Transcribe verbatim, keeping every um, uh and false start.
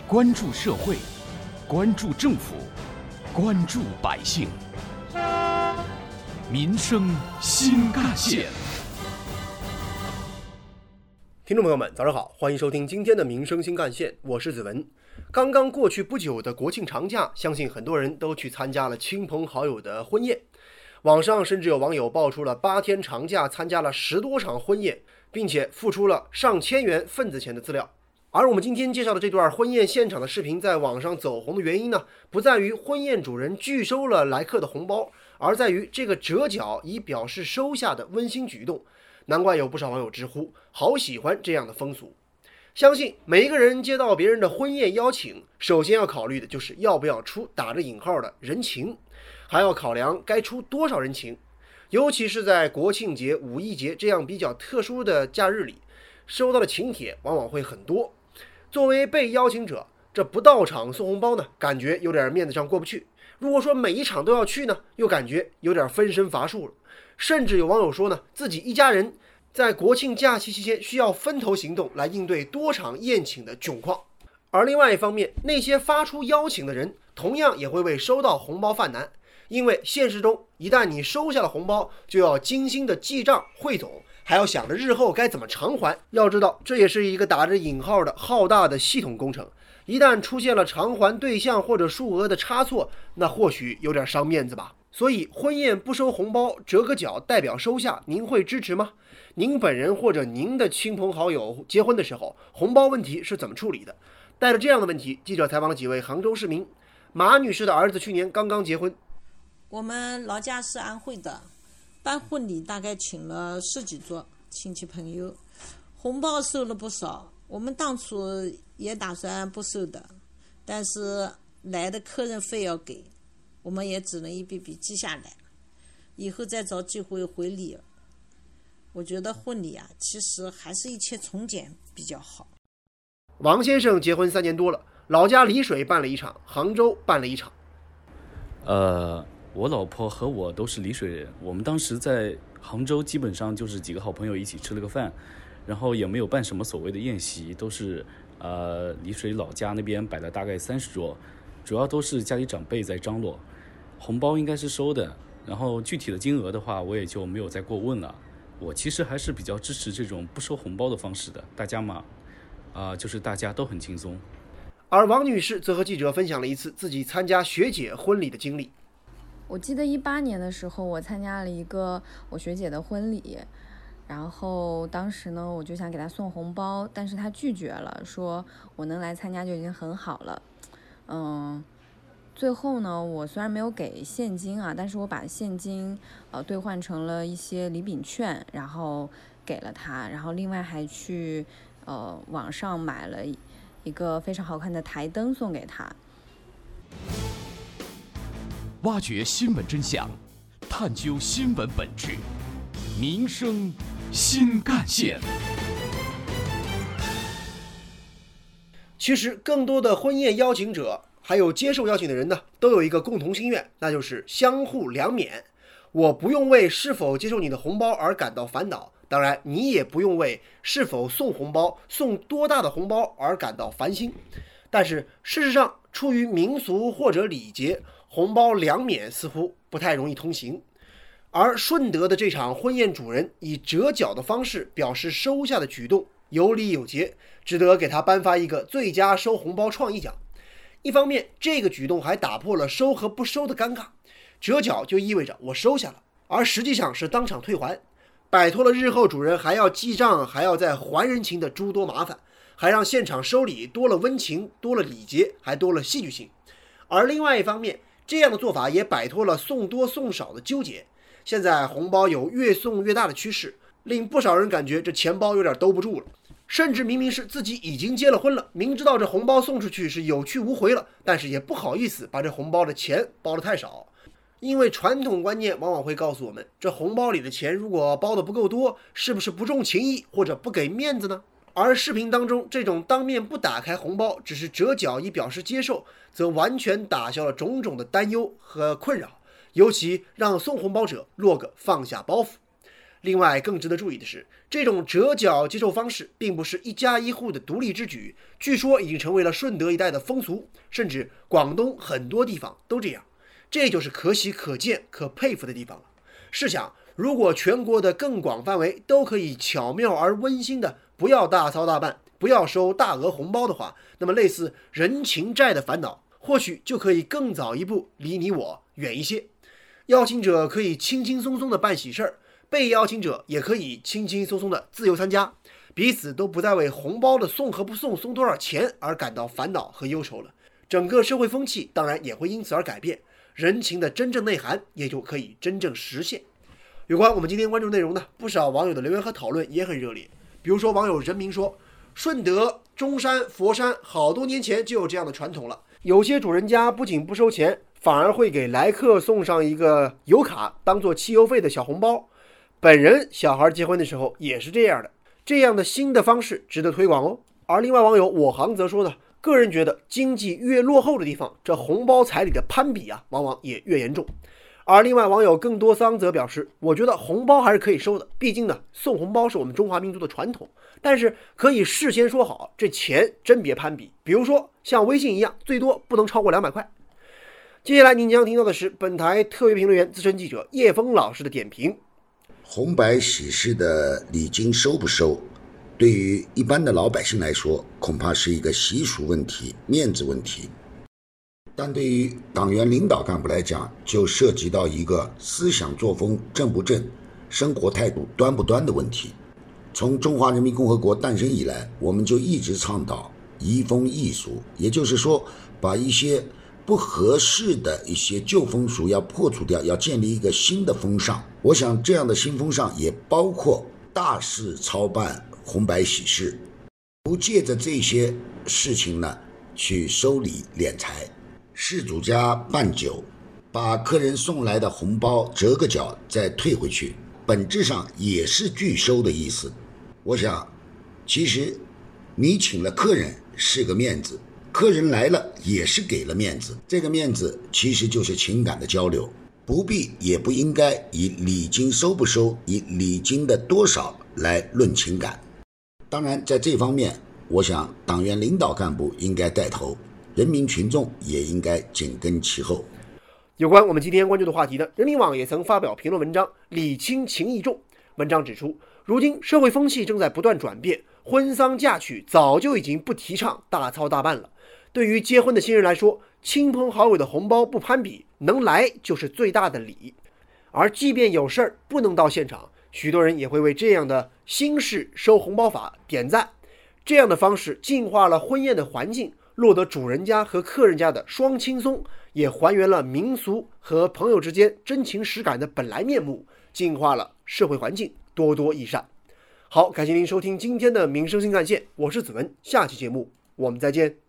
关注社会，关注政府，关注百姓，民生新干线。 听众朋友们，早上好，欢迎收听今天的民生新干线，我是子文。刚刚过去不久的国庆长假，相信很多人都去参加了亲朋好友的婚宴。网上甚至有网友爆出了八天长假参加了十多场婚宴，并且付出了上千元份子钱的资料。而我们今天介绍的这段婚宴现场的视频在网上走红的原因呢，不在于婚宴主人拒收了来客的红包，而在于这个折角以表示收下的温馨举动。难怪有不少网友直呼好喜欢这样的风俗。相信每一个人接到别人的婚宴邀请，首先要考虑的就是要不要出打着引号的人情，还要考量该出多少人情。尤其是在国庆节、五一节这样比较特殊的假日里，收到的请帖往往会很多。作为被邀请者，这不到场送红包呢，感觉有点面子上过不去。如果说每一场都要去呢，又感觉有点分身乏术了。甚至有网友说呢，自己一家人在国庆假期期间需要分头行动来应对多场宴请的窘况。而另外一方面，那些发出邀请的人同样也会为收到红包犯难，因为现实中一旦你收下了红包，就要精心的记账汇总，还要想着日后该怎么偿还。要知道，这也是一个打着引号的浩大的系统工程，一旦出现了偿还对象或者数额的差错，那或许有点伤面子吧。所以婚宴不收红包，折个角代表收下，您会支持吗？您本人或者您的亲朋好友结婚的时候，红包问题是怎么处理的？带着这样的问题，记者采访了几位杭州市民。马女士的儿子去年刚刚结婚。 我们老家是安徽的，办婚礼大概请了十几桌亲戚朋友，红包收了不少。我们当初也打算不收的，但是来的客人非要给，我们也只能一笔笔记下来，以后再找机会回礼。我觉得婚礼啊，其实还是一切从简比较好。 王先生结婚三年多了，老家丽水办了一场，杭州办了一场。 呃，我老婆和我都是丽水人，我们当时在杭州基本上就是几个好朋友一起吃了个饭，然后也没有办什么所谓的宴席，都是呃丽水老家那边摆了大概三十桌，主要都是家里长辈在张罗。红包应该是收的，然后具体的金额的话，我也就没有再过问了。我其实还是比较支持这种不收红包的方式的，大家嘛，啊、呃，就是大家都很轻松。 而王女士则和记者分享了一次自己参加学姐婚礼的经历。 我记得一八年的时候，我参加了一个我学姐的婚礼，然后当时呢，我就想给她送红包，但是她拒绝了，说我能来参加就已经很好了。嗯。最后呢，我虽然没有给现金啊，但是我把现金呃兑换成了一些礼品券，然后给了他，然后另外还去呃网上买了一个非常好看的台灯送给他。 挖掘新闻真相，探究新闻本质，民生新干线。 其实更多的婚宴邀请者还有接受邀请的人呢，都有一个共同心愿，那就是相互两免。我不用为是否接受你的红包而感到烦恼，当然你也不用为是否送红包、送多大的红包而感到烦心。但是事实上，出于民俗或者礼节，红包两免似乎不太容易通行。而顺德的这场婚宴主人以折角的方式表示收下的举动有礼有节，值得给他颁发一个最佳收红包创意奖。一方面，这个举动还打破了收和不收的尴尬，折角就意味着我收下了，而实际上是当场退还，摆脱了日后主人还要记账还要再还人情的诸多麻烦，还让现场收礼多了温情，多了礼节，还多了戏剧性。而另外一方面，这样的做法也摆脱了送多送少的纠结。现在红包有越送越大的趋势，令不少人感觉这钱包有点兜不住了。甚至明明是自己已经结了婚了，明知道这红包送出去是有去无回了，但是也不好意思把这红包的钱包得太少。因为传统观念往往会告诉我们，这红包里的钱如果包得不够多，是不是不重情义或者不给面子呢？而视频当中这种当面不打开红包，只是折角以表示接受，则完全打消了种种的担忧和困扰，尤其让送红包者落个放下包袱。 另外，更值得注意的是，这种折角接受方式并不是一家一户的独立之举，据说已经成为了顺德一带的风俗，甚至广东很多地方都这样。这就是可喜可见可佩服的地方了。试想，如果全国的更广范围都可以巧妙而温馨的不要大操大办，不要收大额红包的话，那么类似人情债的烦恼或许就可以更早一步离你我远一些。邀请者可以轻轻松松的办喜事儿，被邀请者也可以轻轻松松的自由参加，彼此都不再为红包的送和不送、送多少钱而感到烦恼和忧愁了。整个社会风气当然也会因此而改变，人情的真正内涵也就可以真正实现。有关我们今天关注内容呢，不少网友的留言和讨论也很热烈。比如说网友人民说，顺德、中山、佛山好多年前就有这样的传统了，有些主人家不仅不收钱，反而会给来客送上一个油卡当做汽油费的小红包。本人小孩结婚的时候也是这样的，这样的新的方式值得推广哦。而另外网友我行则说呢，个人觉得经济越落后的地方，这红包彩礼的攀比啊，往往也越严重。而另外网友更多桑则表示，我觉得红包还是可以收的，毕竟呢，送红包是我们中华民族的传统，但是可以事先说好，这钱真别攀比，比如说像微信一样，最多不能超过两百块。接下来您将听到的是本台特约评论员资深记者叶峰老师的点评。 红白喜事的礼金收不收，对于一般的老百姓来说，恐怕是一个习俗问题、面子问题。但对于党员领导干部来讲，就涉及到一个思想作风正不正、生活态度端不端的问题。从中华人民共和国诞生以来，我们就一直倡导移风易俗，也就是说，把一些不合适的一些旧风俗要破除掉，要建立一个新的风尚。我想这样的新风尚也包括大肆操办红白喜事，不借着这些事情呢去收礼敛财。事主家办酒，把客人送来的红包折个角再退回去，本质上也是拒收的意思。我想其实你请了客人是个面子，客人来了也是给了面子，这个面子其实就是情感的交流，不必也不应该以礼金收不收，以礼金的多少来论情感。当然在这方面，我想党员领导干部应该带头，人民群众也应该紧跟其后。 有关我们今天关注的话题呢，人民网也曾发表评论文章《礼轻情意重》。文章指出，如今社会风气正在不断转变，婚丧嫁娶早就已经不提倡大操大办了。对于结婚的新人来说，亲朋好友的红包不攀比，能来就是最大的礼。而即便有事儿不能到现场，许多人也会为这样的新式收红包法点赞。这样的方式净化了婚宴的环境，落得主人家和客人家的双轻松，也还原了民俗和朋友之间真情实感的本来面目，净化了社会环境，多多益善。好，感谢您收听今天的民生新干线，我是子文，下期节目我们再见。